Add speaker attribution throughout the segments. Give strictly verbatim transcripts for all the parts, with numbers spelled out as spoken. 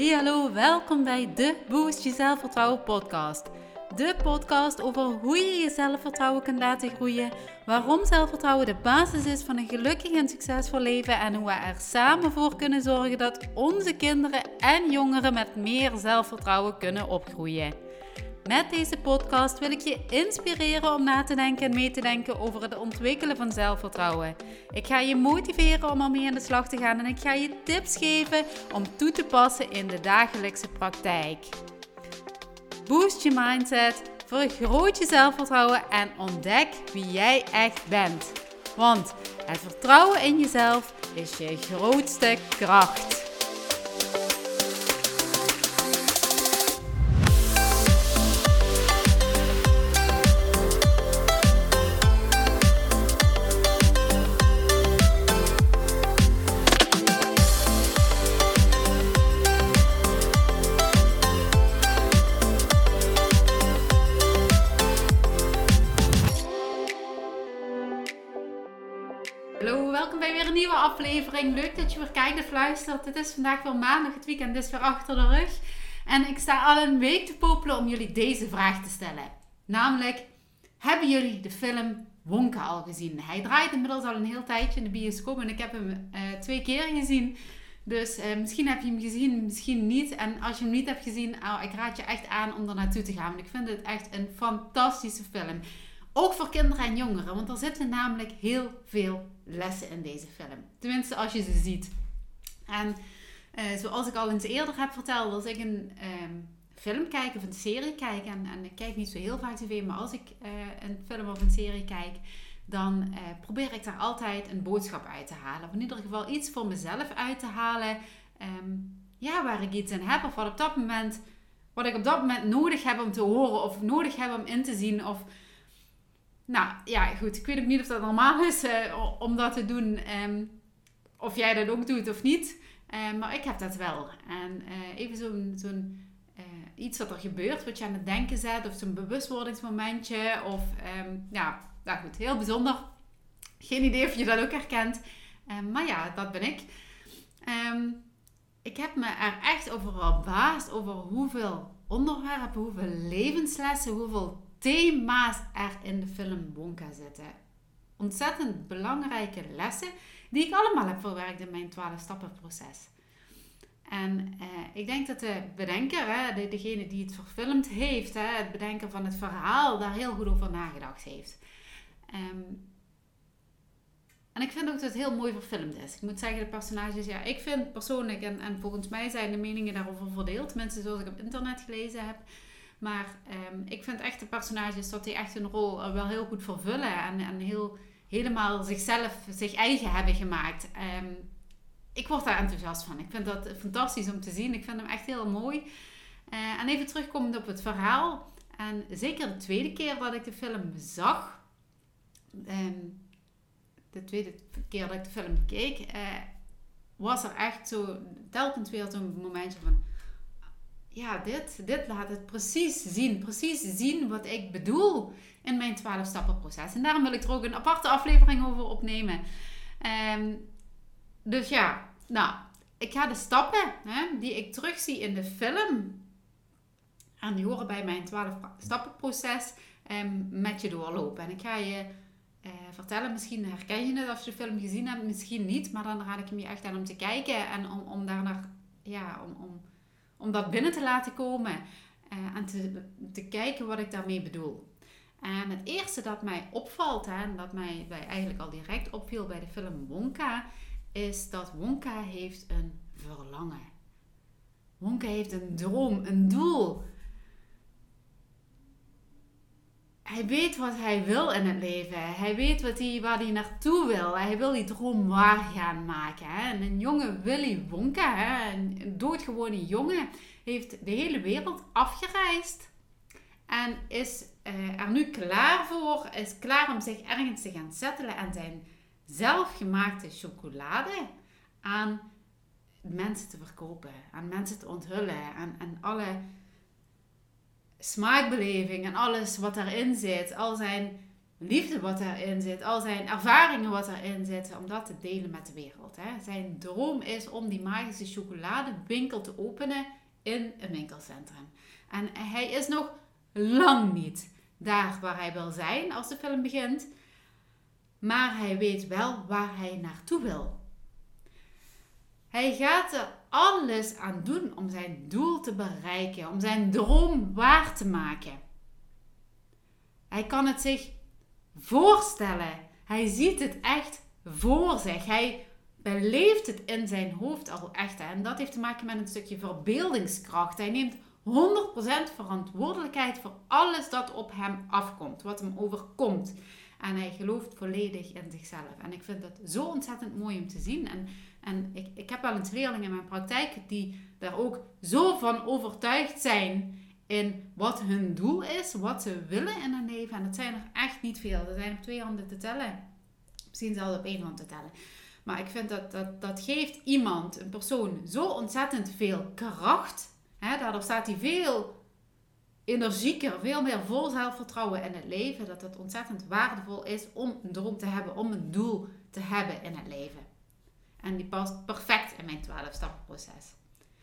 Speaker 1: Hey hallo, welkom bij de Boost Je Zelfvertrouwen podcast. De podcast over hoe je je zelfvertrouwen kunt laten groeien, waarom zelfvertrouwen de basis is van een gelukkig en succesvol leven en hoe we er samen voor kunnen zorgen dat onze kinderen en jongeren met meer zelfvertrouwen kunnen opgroeien. Met deze podcast wil ik je inspireren om na te denken en mee te denken over het ontwikkelen van zelfvertrouwen. Ik ga je motiveren om ermee aan de slag te gaan en ik ga je tips geven om toe te passen in de dagelijkse praktijk. Boost je mindset, vergroot je zelfvertrouwen en ontdek wie jij echt bent. Want het vertrouwen in jezelf is je grootste kracht. Hallo, welkom bij weer een nieuwe aflevering. Leuk dat je weer kijkt of luistert. Het is vandaag weer maandag, het weekend is weer achter de rug. En ik sta al een week te popelen om jullie deze vraag te stellen. Namelijk, hebben jullie de film Wonka al gezien? Hij draait inmiddels al een heel tijdje in de bioscoop en ik heb hem uh, twee keer gezien. Dus uh, misschien heb je hem gezien, misschien niet. En als je hem niet hebt gezien, oh, ik raad je echt aan om er naartoe te gaan. Want ik vind het echt een fantastische film. Ook voor kinderen en jongeren, want er zitten namelijk heel veel lessen in deze film. Tenminste, als je ze ziet. En uh, zoals ik al eens eerder heb verteld, als ik een um, film kijk of een serie kijk, en, en ik kijk niet zo heel vaak tv, maar als ik uh, een film of een serie kijk, dan uh, probeer ik daar altijd een boodschap uit te halen. Of in ieder geval iets voor mezelf uit te halen, um, ja, waar ik iets in heb, of wat op dat moment, wat ik op dat moment nodig heb om te horen, of nodig heb om in te zien, of... Nou, ja, goed. Ik weet ook niet of dat normaal is uh, om dat te doen. Um, of jij dat ook doet of niet. Uh, maar ik heb dat wel. En uh, even zo'n, zo'n uh, iets wat er gebeurt, wat je aan het denken zet. Of zo'n bewustwordingsmomentje. Of, um, ja, nou goed. Heel bijzonder. Geen idee of je dat ook herkent. Um, maar ja, dat ben ik. Um, ik heb me er echt over verbaasd over hoeveel onderwerpen, hoeveel levenslessen, hoeveel thema's er in de film Wonka zitten. Ontzettend belangrijke lessen die ik allemaal heb verwerkt in mijn twaalf stappen proces. En eh, ik denk dat de bedenker, hè, de, degene die het verfilmd heeft, hè, het bedenken van het verhaal, daar heel goed over nagedacht heeft. Um, en ik vind ook dat het heel mooi verfilmd is. Ik moet zeggen, de personages, ja, ik vind persoonlijk, en, en volgens mij zijn de meningen daarover verdeeld, tenminste zoals ik op internet gelezen heb. Maar um, ik vind echt de personages dat die echt hun rol wel heel goed vervullen. En, en heel, helemaal zichzelf, zich eigen hebben gemaakt. Um, ik word daar enthousiast van. Ik vind dat fantastisch om te zien. Ik vind hem echt heel mooi. Uh, en even terugkomend op het verhaal. En zeker de tweede keer dat ik de film zag. Um, de tweede keer dat ik de film keek. Uh, was er echt zo telkens weer zo'n momentje van... Ja, dit, dit laat het precies zien. Precies zien wat ik bedoel in mijn twaalf stappen proces. En daarom wil ik er ook een aparte aflevering over opnemen. Um, dus ja, nou, ik ga de stappen hè, die ik terugzie in de film. En die horen bij mijn twaalf stappen proces um, met je doorlopen. En ik ga je uh, vertellen, misschien herken je het als je de film gezien hebt, misschien niet. Maar dan raad ik hem je echt aan om te kijken en om, om daar naar, ja, om... om Om dat binnen te laten komen uh, en te, te kijken wat ik daarmee bedoel. En het eerste dat mij opvalt, hè, en dat mij, mij eigenlijk al direct opviel bij de film Wonka, is dat Wonka heeft een verlangen. Wonka heeft een droom, een doel. Hij weet wat hij wil in het leven. Hij weet wat hij, waar hij naartoe wil. Hij wil die droom waar gaan maken. Hè? En een jonge Willy Wonka, hè? Een doodgewone jongen, heeft de hele wereld afgereisd. En is uh, er nu klaar voor, is klaar om zich ergens te gaan settelen en zijn zelfgemaakte chocolade aan mensen te verkopen. Aan mensen te onthullen. Aan, aan alle... smaakbeleving en alles wat daarin zit, al zijn liefde wat erin zit, al zijn ervaringen wat erin zitten, om dat te delen met de wereld. Hè. Zijn droom is om die magische chocoladewinkel te openen in een winkelcentrum. En hij is nog lang niet daar waar hij wil zijn als de film begint. Maar hij weet wel waar hij naartoe wil. Hij gaat er alles aan doen om zijn doel te bereiken, om zijn droom waar te maken. Hij kan het zich voorstellen. Hij ziet het echt voor zich. Hij beleeft het in zijn hoofd al echt. En dat heeft te maken met een stukje verbeeldingskracht. Hij neemt honderd procent verantwoordelijkheid voor alles dat op hem afkomt, wat hem overkomt. En hij gelooft volledig in zichzelf. En ik vind dat zo ontzettend mooi om te zien. En, en ik, ik heb wel eens leerlingen in mijn praktijk die daar ook zo van overtuigd zijn in wat hun doel is, wat ze willen in hun leven. En dat zijn er echt niet veel. Er zijn op twee handen te tellen. Misschien zelfs op één hand te tellen. Maar ik vind dat dat, dat geeft iemand, een persoon, zo ontzettend veel kracht. Hè, daardoor staat hij veel energieker, veel meer vol zelfvertrouwen in het leven. Dat het ontzettend waardevol is om een droom te hebben, om een doel te hebben in het leven. En die past perfect in mijn twaalf-stappenproces.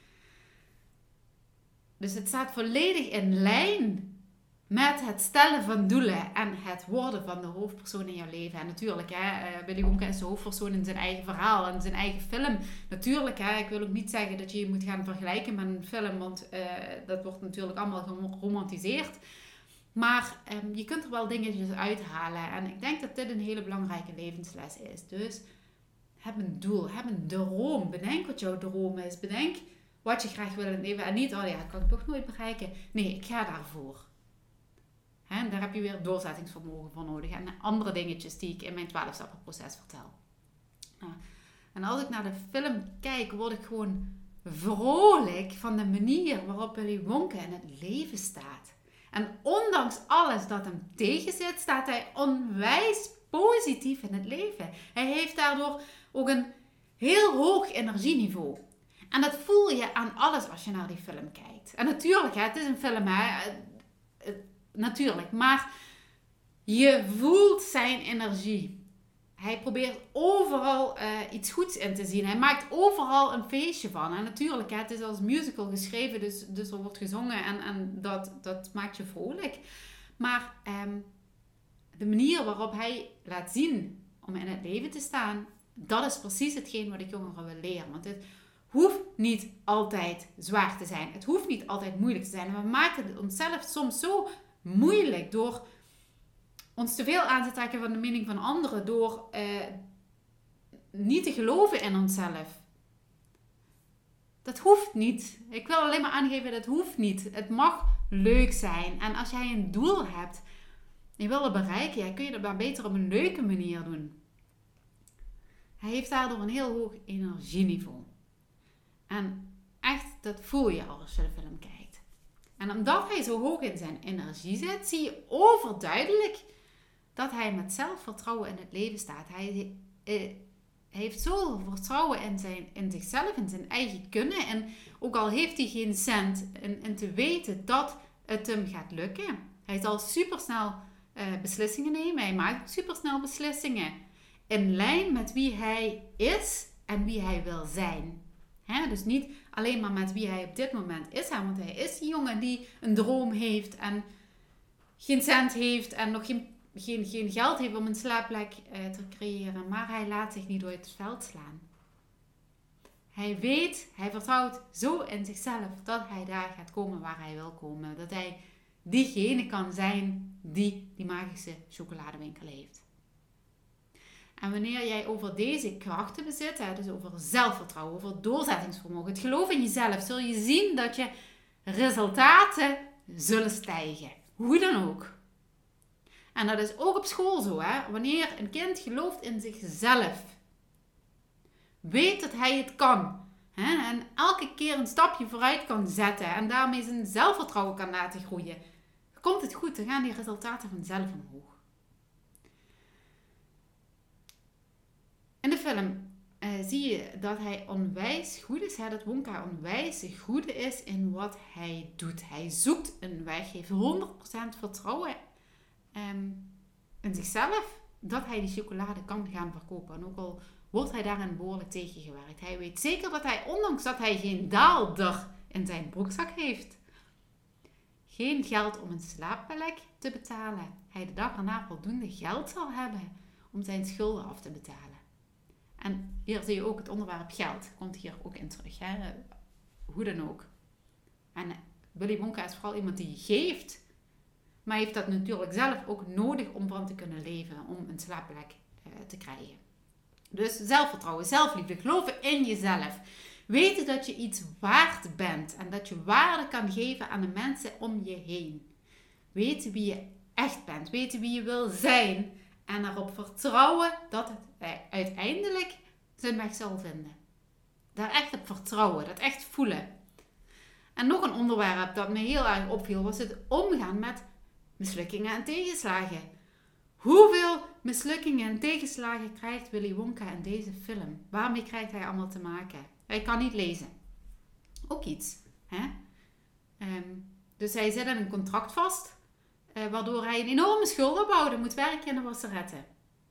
Speaker 1: Dus het staat volledig in lijn met het stellen van doelen en het worden van de hoofdpersoon in jouw leven. En natuurlijk, hè, Willy Wonka is de hoofdpersoon in zijn eigen verhaal en zijn eigen film. Natuurlijk, hè, ik wil ook niet zeggen dat je je moet gaan vergelijken met een film, want uh, dat wordt natuurlijk allemaal geromantiseerd. Maar um, je kunt er wel dingetjes uithalen. En ik denk dat dit een hele belangrijke levensles is. Dus heb een doel, heb een droom. Bedenk wat jouw droom is. Bedenk wat je graag wil in het leven. En niet, oh ja, ik kan het toch nooit bereiken. Nee, ik ga daarvoor. Hè, en daar heb je weer doorzettingsvermogen voor nodig. En andere dingetjes die ik in mijn twaalf-stappenproces vertel. Nou, en als ik naar de film kijk, word ik gewoon vrolijk van de manier waarop Willy Wonka in het leven staat. En ondanks alles dat hem tegenzit, staat hij onwijs positief in het leven. Hij heeft daardoor ook een heel hoog energieniveau. En dat voel je aan alles als je naar die film kijkt. En natuurlijk, hè, het is een film, hè, natuurlijk, maar je voelt zijn energie. Hij probeert overal uh, iets goeds in te zien. Hij maakt overal een feestje van. En natuurlijk, hè, het is als musical geschreven, dus, dus er wordt gezongen en, en dat, dat maakt je vrolijk. Maar um, de manier waarop hij laat zien om in het leven te staan, dat is precies hetgeen wat ik jongeren wil leren. Want het hoeft niet altijd zwaar te zijn. Het hoeft niet altijd moeilijk te zijn. En we maken het onszelf soms zo moeilijk door ons te veel aan te trekken van de mening van anderen, door uh, niet te geloven in onszelf. Dat hoeft niet. Ik wil alleen maar aangeven, dat hoeft niet. Het mag leuk zijn. En als jij een doel hebt en je wil het bereiken, ja, kun je dat maar beter op een leuke manier doen. Hij heeft daardoor een heel hoog energieniveau. En echt, dat voel je als je de film kijkt. En omdat hij zo hoog in zijn energie zit, zie je overduidelijk dat hij met zelfvertrouwen in het leven staat. Hij, eh, hij heeft zoveel vertrouwen in, zijn, in zichzelf, in zijn eigen kunnen. En ook al heeft hij geen cent, in, in te weten dat het hem gaat lukken. Hij zal supersnel uh, beslissingen nemen. Hij maakt supersnel beslissingen. In lijn met wie hij is en wie hij wil zijn. He, dus niet alleen maar met wie hij op dit moment is. Hè, want hij is die jongen die een droom heeft en geen cent heeft en nog geen, geen, geen geld heeft om een slaapplek uh, te creëren. Maar hij laat zich niet door het veld slaan. Hij weet, hij vertrouwt zo in zichzelf dat hij daar gaat komen waar hij wil komen. Dat hij diegene kan zijn die die magische chocoladewinkel heeft. En wanneer jij over deze krachten bezit, dus over zelfvertrouwen, over doorzettingsvermogen, het geloof in jezelf, zul je zien dat je resultaten zullen stijgen. Hoe dan ook. En dat is ook op school zo. Hè? Wanneer een kind gelooft in zichzelf, weet dat hij het kan. Hè? En elke keer een stapje vooruit kan zetten en daarmee zijn zelfvertrouwen kan laten groeien. Dan komt het goed, dan gaan die resultaten vanzelf omhoog. In de film uh, zie je dat hij onwijs goed is. Hè? Dat Wonka onwijs goed is in wat hij doet. Hij zoekt een weg. Heeft honderd procent vertrouwen um, in zichzelf dat hij die chocolade kan gaan verkopen. En ook al wordt hij daarin behoorlijk tegengewerkt. Hij weet zeker dat hij, ondanks dat hij geen daalder in zijn broekzak heeft, geen geld om een slaapplek te betalen, hij de dag erna voldoende geld zal hebben om zijn schulden af te betalen. En hier zie je ook het onderwerp geld. Komt hier ook in terug. Hè? Hoe dan ook. En Willy Wonka is vooral iemand die geeft. Maar heeft dat natuurlijk zelf ook nodig om van te kunnen leven. Om een slaapplek uh, te krijgen. Dus zelfvertrouwen, zelfliefde. Geloven in jezelf. Weten dat je iets waard bent. En dat je waarde kan geven aan de mensen om je heen. Weten wie je echt bent. Weten wie je wil zijn. En erop vertrouwen dat het uiteindelijk zijn weg zal vinden. Daar echt op vertrouwen. Dat echt voelen. En nog een onderwerp dat me heel erg opviel. Was het omgaan met mislukkingen en tegenslagen. Hoeveel mislukkingen en tegenslagen krijgt Willy Wonka in deze film? Waarmee krijgt hij allemaal te maken? Hij kan niet lezen. Ook iets. Hè? Um, dus hij zit in een contract vast. Uh, waardoor hij een enorme schuld opbouwt en moet werken in de wasseretten.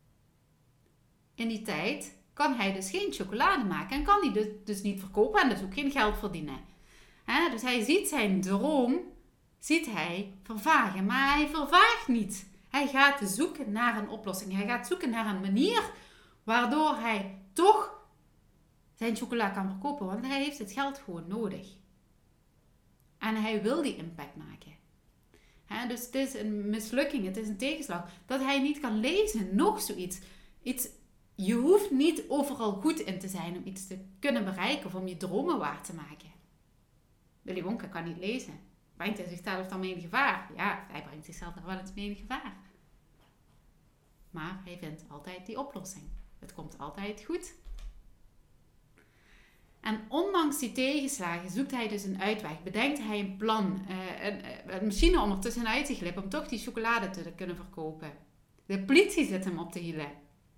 Speaker 1: In die tijd kan hij dus geen chocolade maken. En kan hij dus, dus niet verkopen en dus ook geen geld verdienen. Hè? Dus hij ziet zijn droom ziet hij vervagen. Maar hij vervaagt niet. Hij gaat zoeken naar een oplossing. Hij gaat zoeken naar een manier waardoor hij toch zijn chocola kan verkopen. Want hij heeft het geld gewoon nodig. En hij wil die impact maken. He, dus het is een mislukking, het is een tegenslag. Dat hij niet kan lezen, nog zoiets. Iets, je hoeft niet overal goed in te zijn om iets te kunnen bereiken of om je dromen waar te maken. Willy Wonka kan niet lezen. Brengt hij zichzelf dan mee in gevaar? Ja, hij brengt zichzelf er wel eens mee in gevaar. Maar hij vindt altijd die oplossing. Het komt altijd goed. En ondanks die tegenslagen zoekt hij dus een uitweg. Bedenkt hij een plan. Uh, een, een machine om er tussenuit te glippen. Om toch die chocolade te kunnen verkopen. De politie zit hem op de hielen.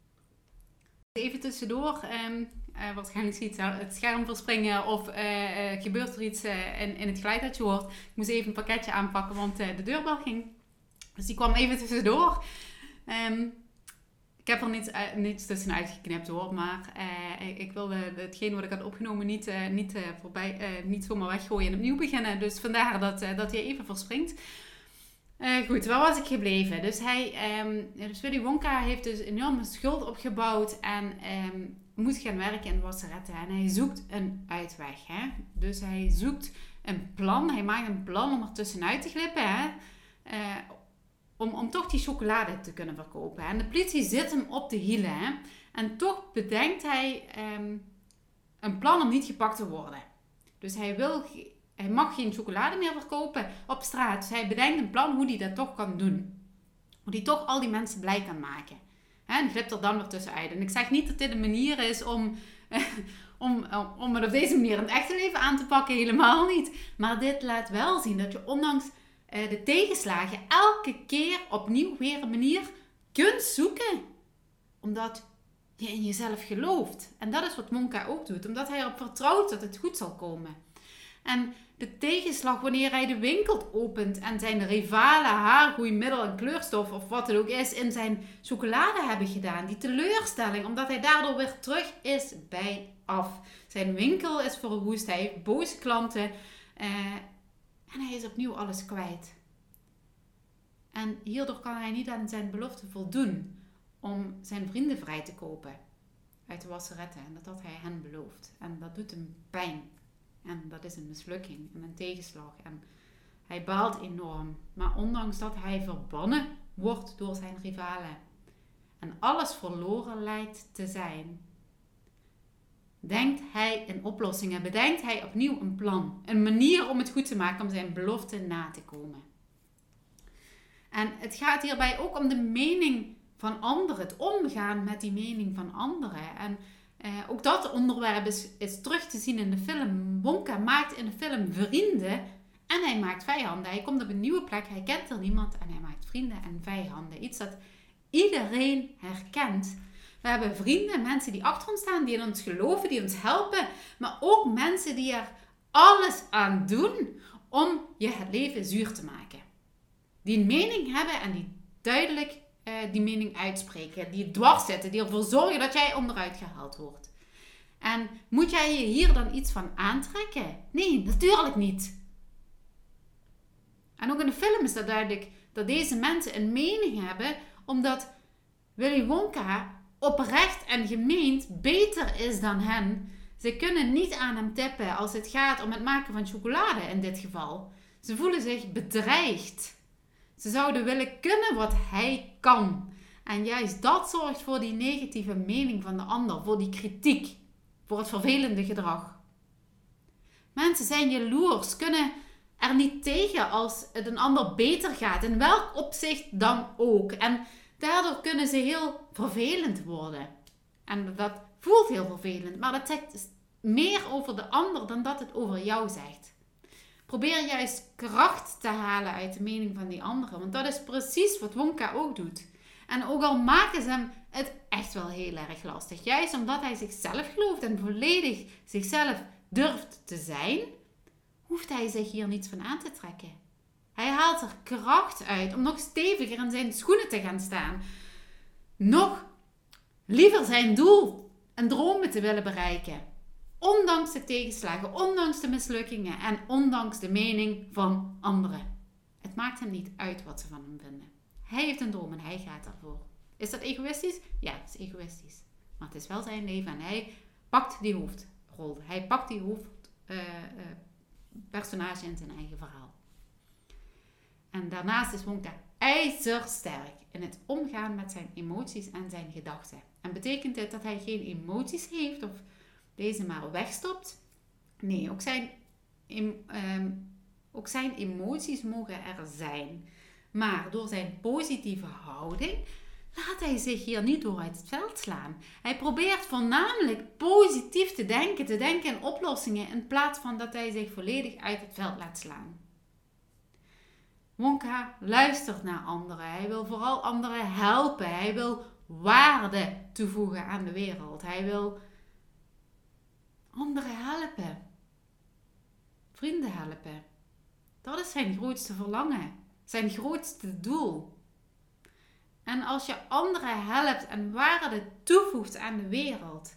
Speaker 1: Even tussendoor. Um, uh, waarschijnlijk zie je het scherm verspringen. Of uh, uh, gebeurt er iets uh, in, in het geluid dat je hoort. Ik moest even een pakketje aanpakken. Want uh, de deurbel ging. Dus die kwam even tussendoor. Um, Ik heb er niets, uh, niets tussenuit geknipt hoor, maar uh, ik wilde hetgeen wat ik had opgenomen niet, uh, niet, uh, voorbij, uh, niet zomaar weggooien en opnieuw beginnen. Dus vandaar dat, uh, dat hij even verspringt. Uh, goed, waar was ik gebleven? Dus, hij, um, dus Willy Wonka heeft dus een enorme schuld opgebouwd en um, moet gaan werken in wasseretten. En hij zoekt een uitweg. Hè? Dus hij zoekt een plan, hij maakt een plan om er tussenuit te glippen. Hè? Uh, Om, om toch die chocolade te kunnen verkopen. En de politie zit hem op de hielen. Hè? En toch bedenkt hij um, een plan om niet gepakt te worden. Dus hij, wil, hij mag geen chocolade meer verkopen op straat. Dus hij bedenkt een plan hoe hij dat toch kan doen. Hoe hij toch al die mensen blij kan maken. Hè? En glipt er dan weer tussenuit. En ik zeg niet dat dit een manier is om, om, om het op deze manier in het echte leven aan te pakken. Helemaal niet. Maar dit laat wel zien dat je ondanks Uh, de tegenslagen elke keer opnieuw weer een manier kunt zoeken. Omdat je in jezelf gelooft. En dat is wat Wonka ook doet. Omdat hij erop vertrouwt dat het goed zal komen. En de tegenslag wanneer hij de winkel opent en zijn rivalen haargroeimiddel en kleurstof of wat het ook is in zijn chocolade hebben gedaan. Die teleurstelling. Omdat hij daardoor weer terug is bij af. Zijn winkel is verwoest. Hij heeft boze klanten. Uh, En hij is opnieuw alles kwijt. En hierdoor kan hij niet aan zijn belofte voldoen om zijn vrienden vrij te kopen uit de wasseretten. En dat had hij hen beloofd. En dat doet hem pijn. En dat is een mislukking en een tegenslag. En hij baalt enorm. Maar ondanks dat hij verbannen wordt door zijn rivalen en alles verloren lijkt te zijn, denkt hij in oplossingen, bedenkt hij opnieuw een plan. Een manier om het goed te maken, om zijn belofte na te komen. En het gaat hierbij ook om de mening van anderen. Het omgaan met die mening van anderen. En eh, ook dat onderwerp is, is terug te zien in de film. Wonka maakt in de film vrienden en hij maakt vijanden. Hij komt op een nieuwe plek, hij kent er niemand en hij maakt vrienden en vijanden. Iets dat iedereen herkent. We hebben vrienden, mensen die achter ons staan, die in ons geloven, die ons helpen. Maar ook mensen die er alles aan doen om je het leven zuur te maken. Die een mening hebben en die duidelijk uh, die mening uitspreken. Die dwars zitten. Die ervoor zorgen dat jij onderuit gehaald wordt. En moet jij je hier dan iets van aantrekken? Nee, natuurlijk niet. En ook in de film is dat duidelijk dat deze mensen een mening hebben, omdat Willy Wonka oprecht en gemeend beter is dan hen. Ze kunnen niet aan hem tippen als het gaat om het maken van chocolade in dit geval. Ze voelen zich bedreigd. Ze zouden willen kunnen wat hij kan. En juist dat zorgt voor die negatieve mening van de ander, voor die kritiek, voor het vervelende gedrag. Mensen zijn jaloers, kunnen er niet tegen als het een ander beter gaat, in welk opzicht dan ook. En daardoor kunnen ze heel vervelend worden. En dat voelt heel vervelend, maar dat zegt meer over de ander dan dat het over jou zegt. Probeer juist kracht te halen uit de mening van die anderen, want dat is precies wat Wonka ook doet. En ook al maken ze hem het echt wel heel erg lastig, juist omdat hij zichzelf gelooft en volledig zichzelf durft te zijn, hoeft hij zich hier niets van aan te trekken. Hij haalt er kracht uit om nog steviger in zijn schoenen te gaan staan. Nog liever zijn doel en dromen te willen bereiken. Ondanks de tegenslagen, ondanks de mislukkingen en ondanks de mening van anderen. Het maakt hem niet uit wat ze van hem vinden. Hij heeft een droom en hij gaat ervoor. Is dat egoïstisch? Ja, het is egoïstisch. Maar het is wel zijn leven en hij pakt die hoofdrol. Hij pakt die hoofdpersonage uh, uh, in zijn eigen verhaal. En daarnaast is Wonka ijzersterk in het omgaan met zijn emoties en zijn gedachten. En betekent dit dat hij geen emoties heeft of deze maar wegstopt? Nee, ook zijn, um, ook zijn emoties mogen er zijn. Maar door zijn positieve houding laat hij zich hier niet door uit het veld slaan. Hij probeert voornamelijk positief te denken, te denken in oplossingen, in plaats van dat hij zich volledig uit het veld laat slaan. Wonka luistert naar anderen. Hij wil vooral anderen helpen. Hij wil waarde toevoegen aan de wereld. Hij wil anderen helpen. Vrienden helpen. Dat is zijn grootste verlangen. Zijn grootste doel. En als je anderen helpt en waarde toevoegt aan de wereld,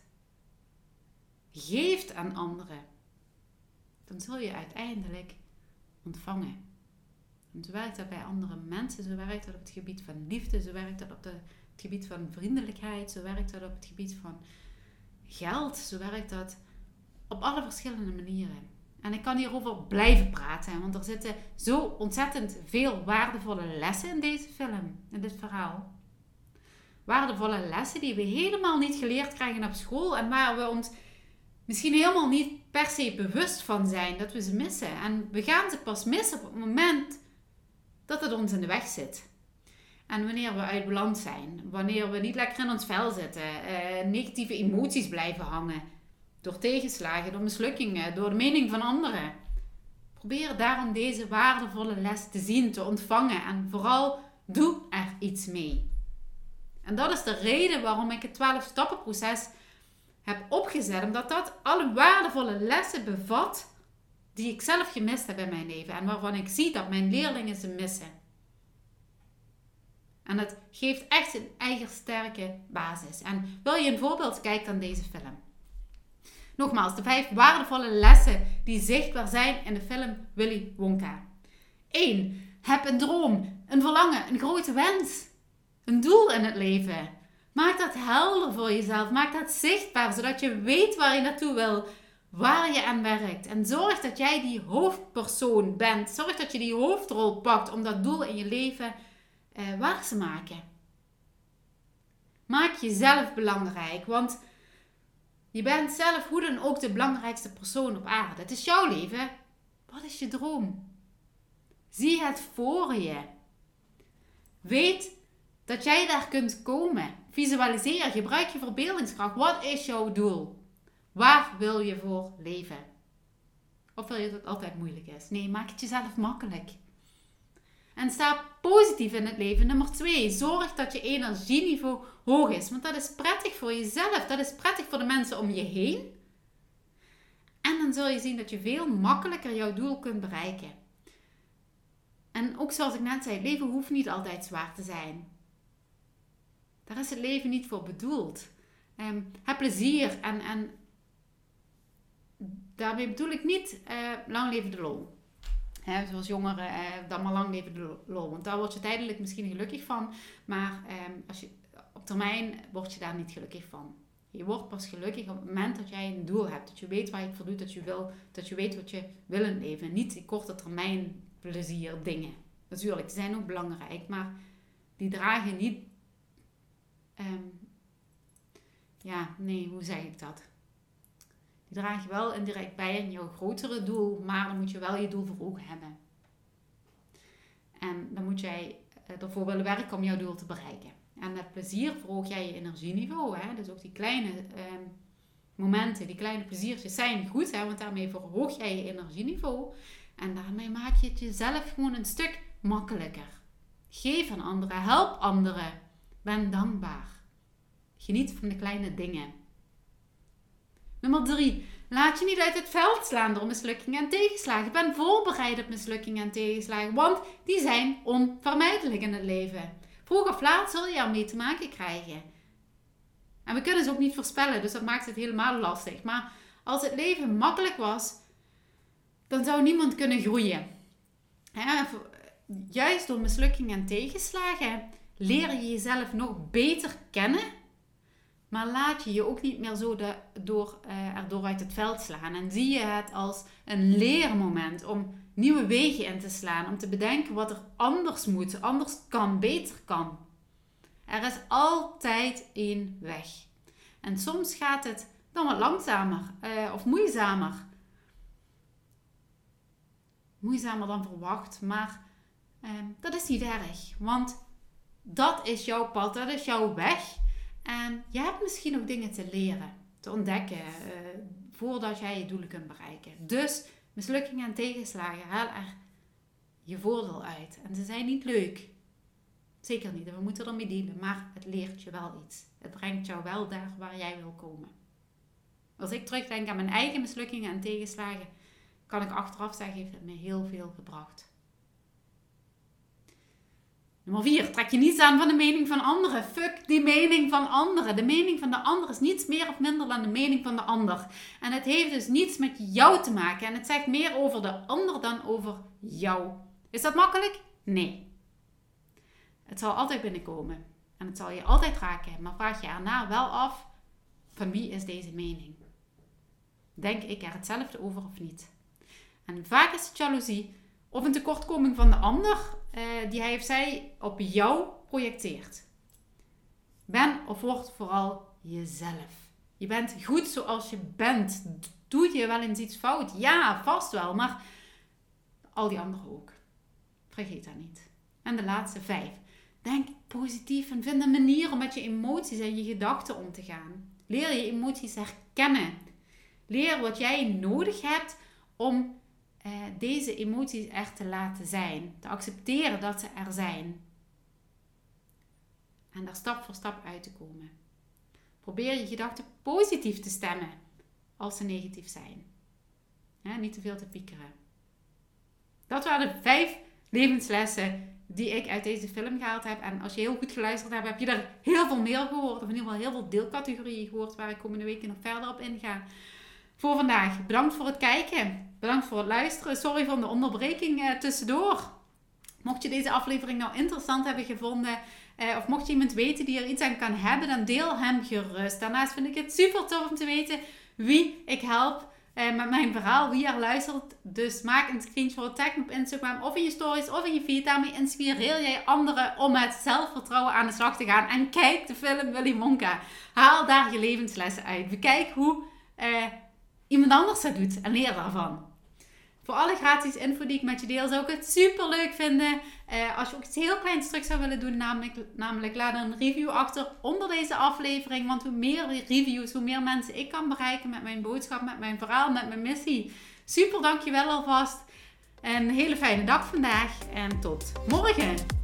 Speaker 1: geeft aan anderen, dan zul je uiteindelijk ontvangen. En zo werkt dat bij andere mensen, zo werkt dat op het gebied van liefde, zo werkt dat op de, het gebied van vriendelijkheid, zo werkt dat op het gebied van geld, zo werkt dat op alle verschillende manieren. En ik kan hierover blijven praten, want er zitten zo ontzettend veel waardevolle lessen in deze film, in dit verhaal. Waardevolle lessen die we helemaal niet geleerd krijgen op school en waar we ons misschien helemaal niet per se bewust van zijn dat we ze missen. En we gaan ze pas missen op het moment dat het ons in de weg zit. En wanneer we uit balans zijn, wanneer we niet lekker in ons vel zitten, eh, negatieve emoties blijven hangen, door tegenslagen, door mislukkingen, door de mening van anderen. Probeer daarom deze waardevolle les te zien, te ontvangen en vooral doe er iets mee. En dat is de reden waarom ik het twaalf-stappenproces heb opgezet, omdat dat alle waardevolle lessen bevat die ik zelf gemist heb in mijn leven en waarvan ik zie dat mijn leerlingen ze missen. En dat geeft echt een eigen sterke basis. En wil je een voorbeeld, kijk dan deze film. Nogmaals, de vijf waardevolle lessen die zichtbaar zijn in de film Willy Wonka. één. Heb een droom, een verlangen, een grote wens. Een doel in het leven. Maak dat helder voor jezelf. Maak dat zichtbaar, zodat je weet waar je naartoe wil. Waar je aan werkt. En zorg dat jij die hoofdpersoon bent. Zorg dat je die hoofdrol pakt om dat doel in je leven eh, waar te maken. Maak jezelf belangrijk, want je bent zelf hoe dan ook de belangrijkste persoon op aarde. Het is jouw leven. Wat is je droom? Zie het voor je. Weet dat jij daar kunt komen. Visualiseer, gebruik je verbeeldingskracht. Wat is jouw doel? Waar wil je voor leven? Of wil je dat het altijd moeilijk is? Nee, maak het jezelf makkelijk. En sta positief in het leven. Nummer twee, zorg dat je energieniveau hoog is. Want dat is prettig voor jezelf. Dat is prettig voor de mensen om je heen. En dan zul je zien dat je veel makkelijker jouw doel kunt bereiken. En ook zoals ik net zei, het leven hoeft niet altijd zwaar te zijn. Daar is het leven niet voor bedoeld. Um, heb plezier en, en daarmee bedoel ik niet uh, lang leven de lol. He, zoals jongeren, uh, dan maar lang leven de lol. Want daar word je tijdelijk misschien gelukkig van. Maar um, als je, op termijn word je daar niet gelukkig van. Je wordt pas gelukkig op het moment dat jij een doel hebt. Dat je weet waar je het voor doet. Dat je, wil, dat je weet wat je wil in het leven. Niet die korte termijn plezier dingen. Natuurlijk, die zijn ook belangrijk. Maar die dragen niet... Um, ja, nee, hoe zeg ik dat? Die draag je wel indirect bij aan jouw grotere doel, maar dan moet je wel je doel voor ogen hebben. En dan moet jij ervoor willen werken om jouw doel te bereiken. En met plezier verhoog jij je energieniveau. Hè? Dus ook die kleine eh, momenten, die kleine pleziertjes zijn goed, hè? Want daarmee verhoog jij je energieniveau. En daarmee maak je het jezelf gewoon een stuk makkelijker. Geef aan anderen, help anderen. Ben dankbaar. Geniet van de kleine dingen. Nummer drie. Laat je niet uit het veld slaan door mislukkingen en tegenslagen. Ben voorbereid op mislukkingen en tegenslagen. Want die zijn onvermijdelijk in het leven. Vroeg of laat zul je ermee te maken krijgen. En we kunnen ze ook niet voorspellen. Dus dat maakt het helemaal lastig. Maar als het leven makkelijk was, dan zou niemand kunnen groeien. He, juist door mislukkingen en tegenslagen leer je jezelf nog beter kennen. Maar laat je je ook niet meer zo de, door, uh, erdoor uit het veld slaan. En zie je het als een leermoment om nieuwe wegen in te slaan. Om te bedenken wat er anders moet, anders kan, beter kan. Er is altijd één weg. En soms gaat het dan wat langzamer uh, of moeizamer. Moeizamer dan verwacht, maar uh, dat is niet erg. Want dat is jouw pad, dat is jouw weg. En je hebt misschien ook dingen te leren, te ontdekken, uh, voordat jij je doelen kunt bereiken. Dus mislukkingen en tegenslagen, haal er je voordeel uit. En ze zijn niet leuk. Zeker niet, en we moeten ermee dealen, maar het leert je wel iets. Het brengt jou wel daar waar jij wil komen. Als ik terugdenk aan mijn eigen mislukkingen en tegenslagen, kan ik achteraf zeggen, heeft het me heel veel gebracht. Nummer vier. Trek je niets aan van de mening van anderen. Fuck die mening van anderen. De mening van de ander is niets meer of minder dan de mening van de ander. En het heeft dus niets met jou te maken. En het zegt meer over de ander dan over jou. Is dat makkelijk? Nee. Het zal altijd binnenkomen. En het zal je altijd raken. Maar vraag je erna wel af, van wie is deze mening? Denk ik er hetzelfde over of niet? En vaak is het jaloezie of een tekortkoming van de ander uh, die hij of zij op jou projecteert. Ben of word vooral jezelf. Je bent goed zoals je bent. Doe je wel eens iets fout? Ja, vast wel, maar al die anderen ook. Vergeet dat niet. En de laatste vijf. Denk positief en vind een manier om met je emoties en je gedachten om te gaan. Leer je emoties herkennen. Leer wat jij nodig hebt om uh, deze emoties er te laten zijn. Te accepteren dat ze er zijn. En daar stap voor stap uit te komen. Probeer je gedachten positief te stemmen als ze negatief zijn. Ja, niet te veel te piekeren. Dat waren de vijf levenslessen die ik uit deze film gehaald heb. En als je heel goed geluisterd hebt, heb je er heel veel meer gehoord. Of in ieder geval heel veel deelcategorieën gehoord waar ik komende weken nog verder op inga. Voor vandaag. Bedankt voor het kijken. Bedankt voor het luisteren. Sorry voor de onderbreking uh, tussendoor. Mocht je deze aflevering nou interessant hebben gevonden, uh, of mocht je iemand weten die er iets aan kan hebben, dan deel hem gerust. Daarnaast vind ik het super tof om te weten wie ik help uh, met mijn verhaal, wie er luistert. Dus maak een screenshot, tag me op Instagram of in je stories of in je feed. Daarmee inspireer jij anderen om met zelfvertrouwen aan de slag te gaan. En kijk de film Willy Wonka. Haal daar je levenslessen uit. Bekijk hoe uh, iemand anders dat doet en leer daarvan. Voor alle gratis info die ik met je deel, zou ik het super leuk vinden. Uh, als je ook iets heel kleins terug zou willen doen, namelijk, namelijk laat een review achter onder deze aflevering. Want hoe meer reviews, hoe meer mensen ik kan bereiken met mijn boodschap, met mijn verhaal, met mijn missie. Super, dankjewel alvast. Een hele fijne dag vandaag en tot morgen.